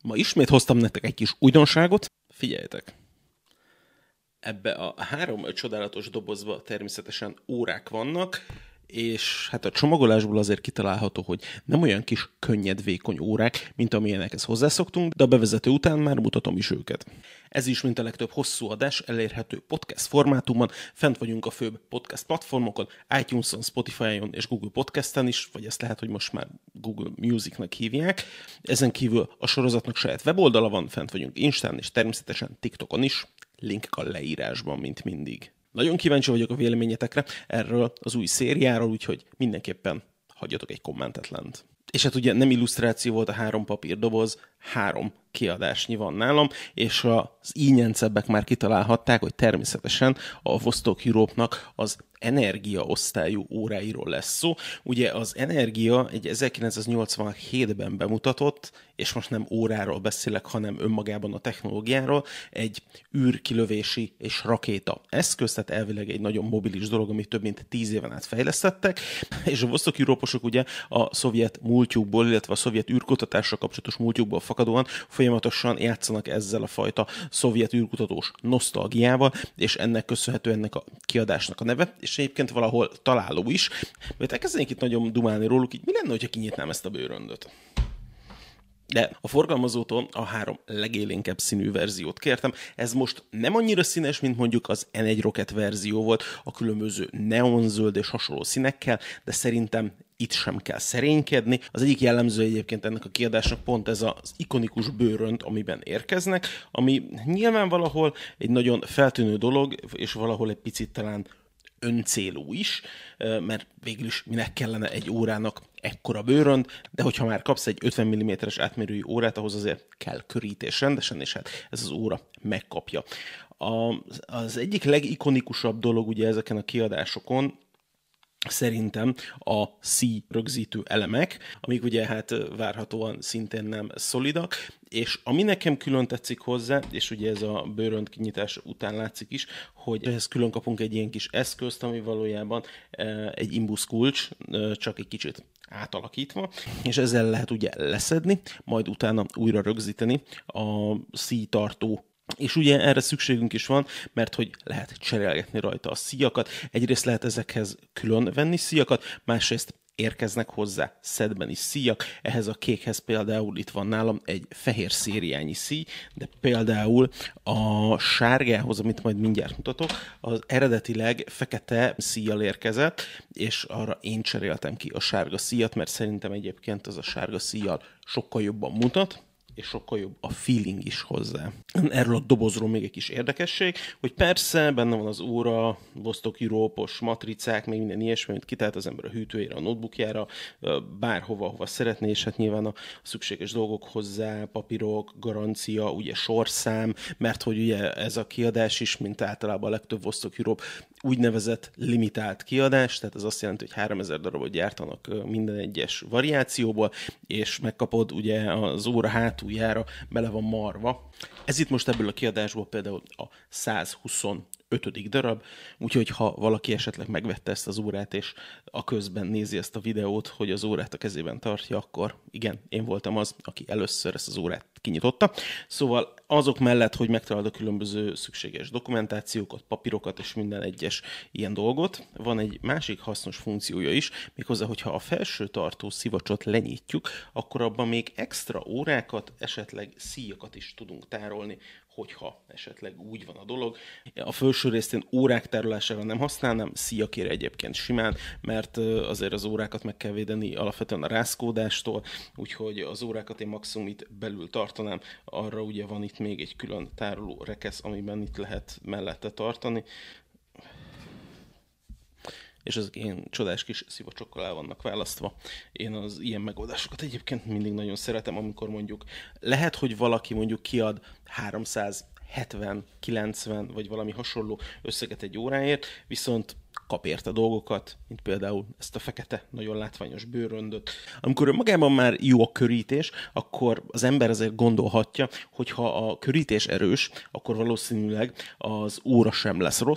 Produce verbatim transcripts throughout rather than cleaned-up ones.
Ma ismét hoztam nektek egy kis újdonságot. Figyeljetek! Ebbe a három csodálatos dobozba természetesen órák vannak, és hát a csomagolásból azért kitalálható, hogy nem olyan kis könnyed, vékony órák, mint amilyenekhez hozzászoktunk, de a bevezető után már mutatom is őket. Ez is, mint a legtöbb hosszú adás, elérhető podcast formátumban, fent vagyunk a főbb podcast platformokon, iTunes-on, Spotify-on és Google Podcast-en is, vagy ezt lehet, hogy most már Google Music-nak hívják. Ezen kívül a sorozatnak saját weboldala van, fent vagyunk Instán és természetesen TikTokon is, linkek a leírásban, mint mindig. Nagyon kíváncsi vagyok a véleményetekre erről az új szériáról, úgyhogy mindenképpen hagyjatok egy kommentet lent. És hát ugye nem illusztráció volt a három papírdoboz, három kiadásnyi van nálam, és az ígyencebbek már kitalálhatták, hogy természetesen a Vostok Europe-nak az energiaosztályú óráiról lesz szó. Ugye az Energia egy ezerkilencszáznyolcvanhétben bemutatott, és most nem óráról beszélek, hanem önmagában a technológiáról, egy űrkilövési és rakéta eszköz, tehát elvileg egy nagyon mobilis dolog, amit több mint tíz éven át fejlesztettek, és a Vostok Europe-osok ugye a szovjet múltjukból, illetve a szovjet űrkutatással kapcsolatos múltjukból fakadóan folyamatosan játszanak ezzel a fajta szovjet űrkutatós nosztalgiával, és ennek köszönhető ennek a kiadásnak a neve, és egyébként valahol találó is, mert elkezdenék itt nagyon dumálni róluk, így mi lenne, hogyha kinyitnám ezt a bőröndöt? De a forgalmazótól a három legélénkebb színű verziót kértem. Ez most nem annyira színes, mint mondjuk az en egy Rocket verzió volt, a különböző neonzöld és hasonló színekkel, de szerintem itt sem kell szerénykedni. Az egyik jellemző egyébként ennek a kiadásnak pont ez az ikonikus bőrönd, amiben érkeznek, ami nyilván valahol egy nagyon feltűnő dolog, és valahol egy picit talán öncélú is, mert végül is minek kellene egy órának ekkora bőrönd, de hogyha már kapsz egy ötven milliméteres átmérőjű órát, ahhoz azért kell körítés rendesen, és hát ez az óra megkapja. A, az egyik legikonikusabb dolog ugye ezeken a kiadásokon szerintem a szíj rögzítő elemek, amik ugye hát várhatóan szintén nem szolidak, és ami nekem külön tetszik hozzá, és ugye ez a bőrönd kinyitás után látszik is, hogy ehhez külön kapunk egy ilyen kis eszközt, ami valójában egy imbusz kulcs, csak egy kicsit átalakítva, és ezzel lehet ugye leszedni, majd utána újra rögzíteni a szíjtartó. És ugye erre szükségünk is van, mert hogy lehet cserélgetni rajta a szíjakat. Egyrészt lehet ezekhez külön venni szíjakat, másrészt érkeznek hozzá szedben is szíjak. Ehhez a kékhez például itt van nálam egy fehér szériányi szíj, de például a sárgához, amit majd mindjárt mutatok, az eredetileg fekete szíjjal érkezett, és arra én cseréltem ki a sárga szíjat, mert szerintem egyébként az a sárga szíjjal sokkal jobban mutat, és sokkal jobb a feeling is hozzá. Erről a dobozról még egy kis érdekesség, hogy persze benne van az óra, Vostok Europe-os matricák, még minden ilyesmi, amit kitalált az ember a hűtőjére, a notebookjára, bárhova, hova szeretné, és hát nyilván a szükséges dolgok hozzá, papírok, garancia, ugye sorszám, mert hogy ugye ez a kiadás is, mint általában a legtöbb Vostok Europe úgynevezett limitált kiadás, tehát ez azt jelenti, hogy háromezer darabot gyártanak minden egyes variációból, és megkapod ugye az óra hátuljára bele van marva. Ez itt most ebből a kiadásból például a százhuszonötödik darab, úgyhogy ha valaki esetleg megvette ezt az órát, és a közben nézi ezt a videót, hogy az órát a kezében tartja, akkor igen, én voltam az, aki először ezt az órát kinyitotta. Szóval azok mellett, hogy megtalálod a különböző szükséges dokumentációkat, papírokat és minden egyes ilyen dolgot, van egy másik hasznos funkciója is, méghozzá, hogyha a felső tartó szivacsot lenyitjuk, akkor abban még extra órákat, esetleg szíjakat is tudunk tárolni, hogyha esetleg úgy van a dolog. A felső részt én órák tárolására nem használnám, szíjakére egyébként simán, mert azért az órákat meg kell védeni alapvetően a rázkódástól, úgyhogy az órákat én maximum itt belül tartanám. Arra ugye van itt még egy külön tároló rekesz, amiben itt lehet mellette tartani. És ezek ilyen csodás kis szivacsokkal el vannak választva. Én az ilyen megoldásokat egyébként mindig nagyon szeretem, amikor mondjuk lehet, hogy valaki mondjuk kiad háromszázhetven, kilencven vagy valami hasonló összeget egy óráért, viszont kap érte dolgokat, mint például ezt a fekete, nagyon látványos bőröndöt. Amikor magában már jó a körítés, akkor az ember azért gondolhatja, hogy ha a körítés erős, akkor valószínűleg az óra sem lesz rossz,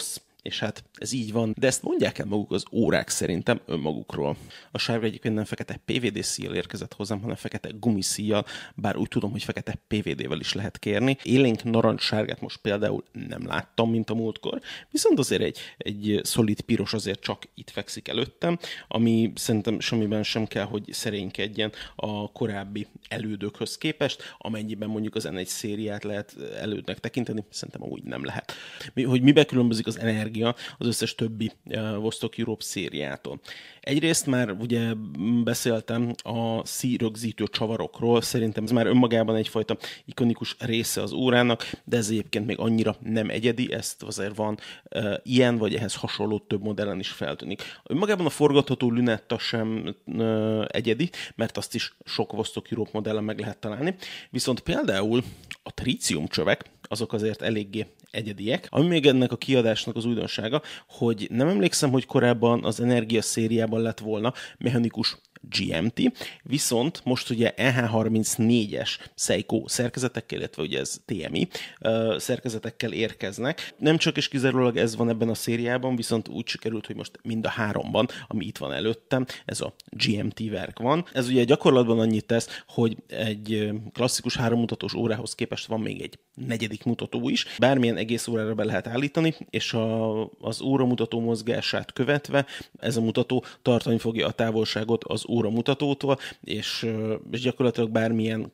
és hát ez így van, de ezt mondják el maguk az órák szerintem önmagukról. A sárga egyébként nem fekete pé vé dé szíjjal érkezett hozzám, hanem fekete gumiszíjjal, bár úgy tudom, hogy fekete pé vé dé-vel is lehet kérni. Élénk narancssárgát most például nem láttam, mint a múltkor, viszont azért egy, egy szolid piros azért csak itt fekszik előttem, ami szerintem semmiben sem kell, hogy szerénykedjen a korábbi elődökhöz képest, amennyiben mondjuk az en egy szériát lehet elődnek tekinteni, szerintem amúgy nem lehet. Hogy mibe különbözik az energia az összes többi uh, Vostok Europe szériától. Egyrészt már ugye beszéltem a színrögzítő csavarokról, szerintem ez már önmagában egyfajta ikonikus része az órának, de ez egyébként még annyira nem egyedi, ezt azért van uh, ilyen, vagy ehhez hasonló több modellen is feltűnik. Önmagában a forgatható lünetta sem uh, egyedi, mert azt is sok Vostok Europe modellen meg lehet találni, viszont például a tríciumcsövek, azok azért eléggé egyediek. Ami még ennek a kiadásnak az újdonsága, hogy nem emlékszem, hogy korábban az Energia szériában lett volna mechanikus gé em té, viszont most ugye e há harmincnégyes Seiko szerkezetekkel, illetve ugye ez té em i szerkezetekkel érkeznek. Nem csak és kizárólag ez van ebben a szériában, viszont úgy sikerült, hogy most mind a háromban, ami itt van előttem, ez a gé em té verk van. Ez ugye gyakorlatban annyit tesz, hogy egy klasszikus hárommutatós órához képest van még egy negyedik mutató is. Bármilyen egész órára be lehet állítani, és a, az óramutató mozgását követve ez a mutató tartani fogja a távolságot az óramutatótól, és, és gyakorlatilag bármilyen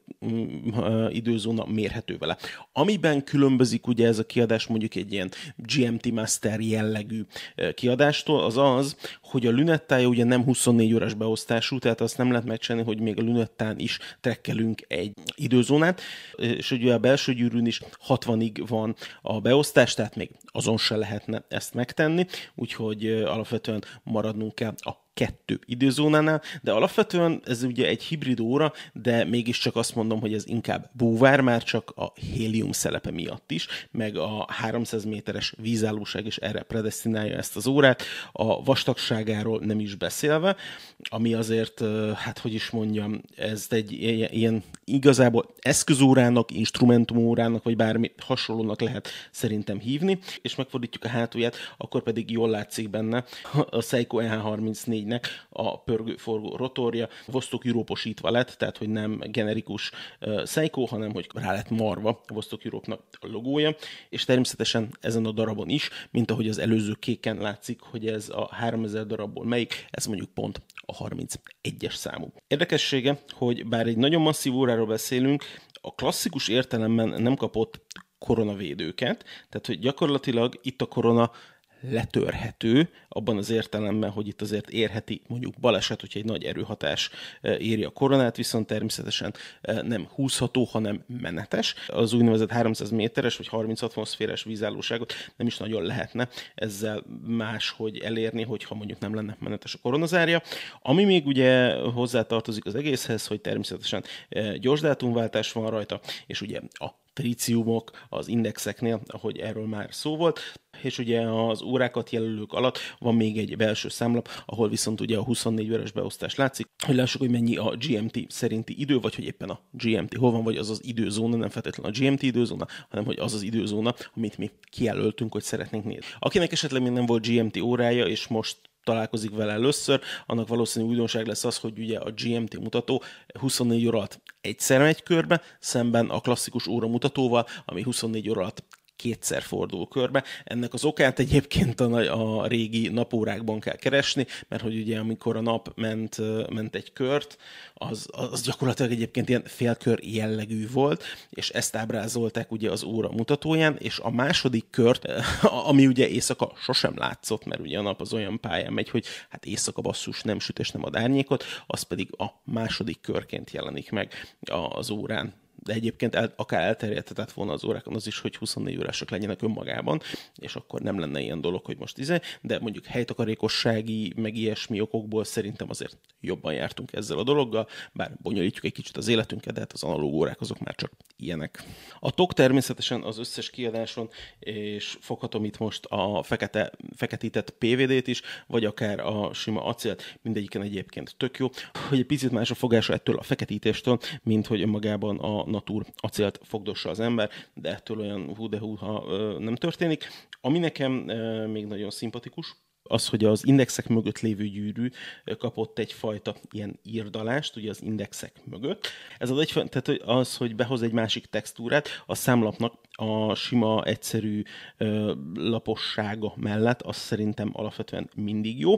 uh, időzóna mérhető vele. Amiben különbözik ugye ez a kiadás mondjuk egy ilyen gé em té Master jellegű kiadástól, az az, hogy a lünettája ugye nem huszonnégy órás beosztású, tehát azt nem lehet megcsinálni, hogy még a lünettán is trekkelünk egy időzónát, és ugye a belső gyűrűn is hatvanig van a beosztás, tehát még azon se lehetne ezt megtenni, úgyhogy alapvetően maradnunk kell a kettő időzónánál, de alapvetően ez ugye egy hibrid óra, de mégiscsak azt mondom, hogy ez inkább búvár, már csak a hélium szelepe miatt is, meg a háromszáz méteres vízállóság is erre predesztinálja ezt az órát, a vastagságáról nem is beszélve, ami azért, hát hogy is mondjam, ez egy ilyen igazából eszközórának, instrumentumórának, vagy bármi hasonlónak lehet szerintem hívni, és megfordítjuk a hátulját, akkor pedig jól látszik benne a Seiko e há harmincnégynek a pörgő-forgó rotorja, Vostok Europe-osítva lett, tehát hogy nem generikus uh, Seiko, hanem hogy rá lett marva a Vostok Europe-nak a logója, és természetesen ezen a darabon is, mint ahogy az előző kéken látszik, hogy ez a háromezer darabból melyik, ez mondjuk pont a harmincegyes számú. Érdekessége, hogy bár egy nagyon masszív óráról beszélünk, a klasszikus értelemben nem kapott koronavédőket, tehát hogy gyakorlatilag itt a korona letörhető, abban az értelemben, hogy itt azért érheti mondjuk baleset, hogyha egy nagy erőhatás éri a koronát, viszont természetesen nem húzható, hanem menetes. Az úgynevezett háromszáz méteres vagy harminc atmoszférás vízállóságot nem is nagyon lehetne ezzel máshogy elérni, hogyha mondjuk nem lenne menetes a koronazárja. Ami még ugye hozzátartozik az egészhez, hogy természetesen gyors dátumváltás van rajta, és ugye a tríciumok az indexeknél, ahogy erről már szó volt, és ugye az órákat jelölők alatt van még egy belső számlap, ahol viszont ugye a huszonnégy órás beosztás látszik, hogy lássuk, hogy mennyi a gé em té szerinti idő, vagy hogy éppen a gé em té hol van, vagy az az időzóna, nem feltétlenül a gé em té időzóna, hanem hogy az az időzóna, amit mi kijelöltünk, hogy szeretnénk nézni. Akinek esetleg még nem volt gé em té órája, és most találkozik vele először, annak valószínű újdonság lesz az, hogy ugye a gé em té mutató huszonnégy óra alatt egyszer megy körbe, szemben a klasszikus óra mutatóval, ami huszonnégy óra alatt kétszer fordul körbe. Ennek az okát egyébként a, a régi napórákban kell keresni, mert hogy ugye amikor a nap ment, ment egy kört, az, az gyakorlatilag egyébként ilyen félkör jellegű volt, és ezt ábrázolták ugye az óra mutatóján, és a második kört, ami ugye éjszaka sosem látszott, mert ugye a nap az olyan pályán megy, hogy hát éjszaka basszus nem süt és nem ad árnyékot, az pedig a második körként jelenik meg az órán. De egyébként el, akár elterjedhetett volna az órákon az is, hogy huszonnégy órások legyenek önmagában, és akkor nem lenne ilyen dolog, hogy most izé, de mondjuk helytakarékossági, meg ilyesmi okokból szerintem azért jobban jártunk ezzel a dologgal, bár bonyolítjuk egy kicsit az életünket, de hát az analóg órák azok már csak ilyenek. A tok természetesen az összes kiadáson, és foghatom itt most a fekete, feketített pé vé dét is, vagy akár a sima acélt, mindegyiken egyébként tök jó, hogy egy picit más a fogása ettől a feketítéstől, mint hogy önmagában a natur acélt fogdossa az ember, de ettől olyan hú de hú, ha nem történik. Ami nekem még nagyon szimpatikus, az, hogy az indexek mögött lévő gyűrű kapott egyfajta ilyen írdalást, ugye az indexek mögött. Ez az, egy, tehát az, hogy behoz egy másik textúrát, a számlapnak a sima, egyszerű ö, lapossága mellett, az szerintem alapvetően mindig jó.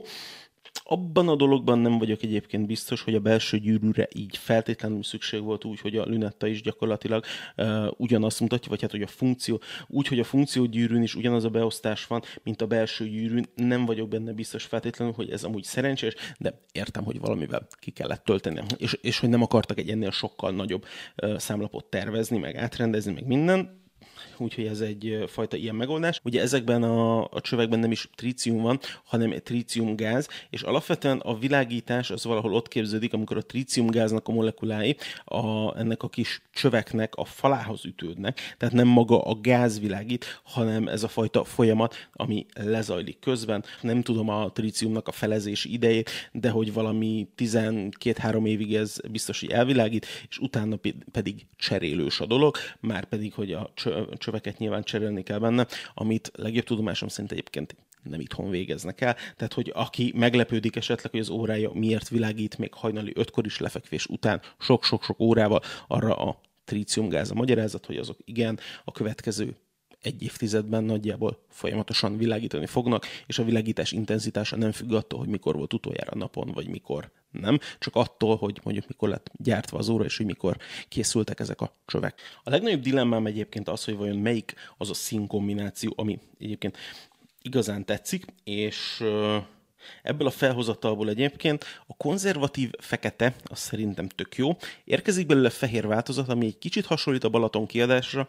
Abban a dologban nem vagyok egyébként biztos, hogy a belső gyűrűre így feltétlenül szükség volt úgy, hogy a lünetta is gyakorlatilag uh, ugyanazt mutatja, vagy hát, hogy a funkció, úgy, hogy a funkciógyűrűn is ugyanaz a beosztás van, mint a belső gyűrűn. Nem vagyok benne biztos feltétlenül, hogy ez amúgy szerencsés, de értem, hogy valamivel ki kellett tölteni. És, és hogy nem akartak egy ennél sokkal nagyobb uh, számlapot tervezni, meg átrendezni, meg minden. Úgyhogy ez egy fajta ilyen megoldás. Ugye ezekben a, a csövekben nem is trícium van, hanem egy tríciumgáz, és alapvetően a világítás az valahol ott képződik, amikor a tríciumgáznak a molekulái a, ennek a kis csöveknek a falához ütődnek, tehát nem maga a gáz világít, hanem ez a fajta folyamat, ami lezajlik közben. Nem tudom a tríciumnak a felezési idejét, de hogy valami tizenkét-három évig ez biztos, hogy elvilágít, és utána pedig cserélős a dolog, már pedig, hogy a csöveket nyilván cserélni kell benne, amit legjobb tudomásom szerint egyébként nem itthon végeznek el. Tehát, hogy aki meglepődik esetleg, hogy az órája miért világít még hajnali ötkor is lefekvés után sok-sok-sok órával, arra a tríciumgáz a magyarázat, hogy azok igen, a következő egy évtizedben nagyjából folyamatosan világítani fognak, és a világítás intenzitása nem függ attól, hogy mikor volt utoljára napon, vagy mikor nem, csak attól, hogy mondjuk mikor lett gyártva az óra, és hogy mikor készültek ezek a csövek. A legnagyobb dilemmám egyébként az, hogy vajon melyik az a színkombináció, ami egyébként igazán tetszik, és ebből a felhozatalból egyébként a konzervatív fekete, az szerintem tök jó. Érkezik belőle fehér változat, ami egy kicsit hasonlít a Balaton kiadásra,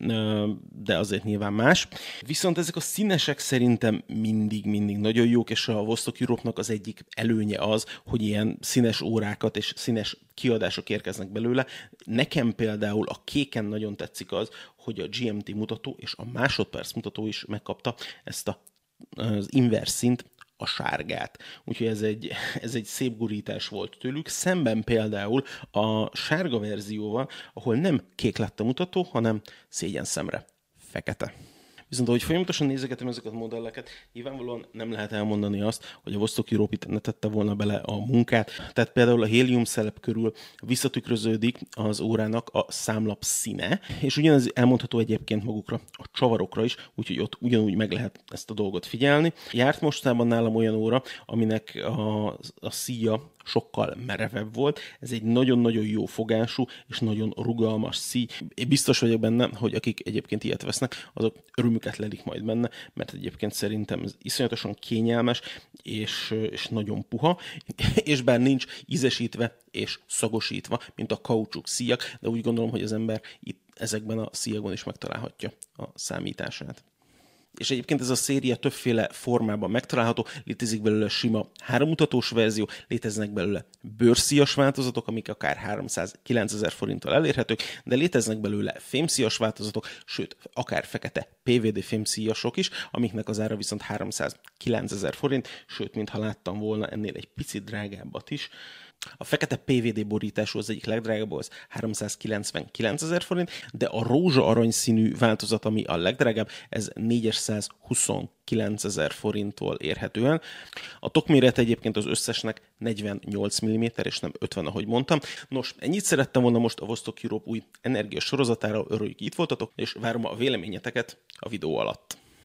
de azért nyilván más. Viszont ezek a színesek szerintem mindig-mindig nagyon jók, és a Vostok Europe-nak az egyik előnye az, hogy ilyen színes órákat és színes kiadások érkeznek belőle. Nekem például a kéken nagyon tetszik az, hogy a gé em té mutató és a másodperc mutató is megkapta ezt a, az inverse színt, a sárgát. Úgyhogy ez egy, ez egy szép gurítás volt tőlük. Szemben például a sárga verzióval, ahol nem kék lett a mutató, hanem szégyen szemre fekete. Viszont ahogy folyamatosan nézegetem ezeket a modelleket, nyilvánvalóan nem lehet elmondani azt, hogy a Vostok Europe itt ne tette volna bele a munkát. Tehát például a hélium szelep körül visszatükröződik az órának a számlap színe, és ugyanez elmondható egyébként magukra a csavarokra is, úgyhogy ott ugyanúgy meg lehet ezt a dolgot figyelni. Járt mostában nálam olyan óra, aminek a, a szíja sokkal merevebb volt. Ez egy nagyon-nagyon jó fogású és nagyon rugalmas szíj. Én biztos vagyok benne, hogy akik egyébként ilyet vesznek, azok örömüket lelik majd benne, mert egyébként szerintem ez iszonyatosan kényelmes és, és nagyon puha, és bár nincs ízesítve és szagosítva, mint a kaucsuk szíjak, de úgy gondolom, hogy az ember itt ezekben a szíjakban is megtalálhatja a számítását. És egyébként ez a széria többféle formában megtalálható, létezik belőle sima hárommutatós verzió, léteznek belőle bőrszíjas változatok, amik akár háromszázkilencezer forinttal elérhetők, de léteznek belőle fémszíjas változatok, sőt, akár fekete pé vé dé fémszíjasok is, amiknek az ára viszont háromszázkilencezer forint, sőt, mintha láttam volna ennél egy picit drágábbat is. A fekete pé vé dé borítású az egyik legdrágább, az háromszázkilencvenkilencezer forint, de a rózsa aranyszínű változat, ami a legdrágább, ez négyszázhuszonkilencezer forinttól érhető el. A tokméret egyébként az összesnek negyvennyolc milliméter, és nem ötven, ahogy mondtam. Nos, ennyit szerettem volna most a Vostok Europe új energia sorozatáról, örüljük, itt voltatok, és várom a véleményeteket a videó alatt.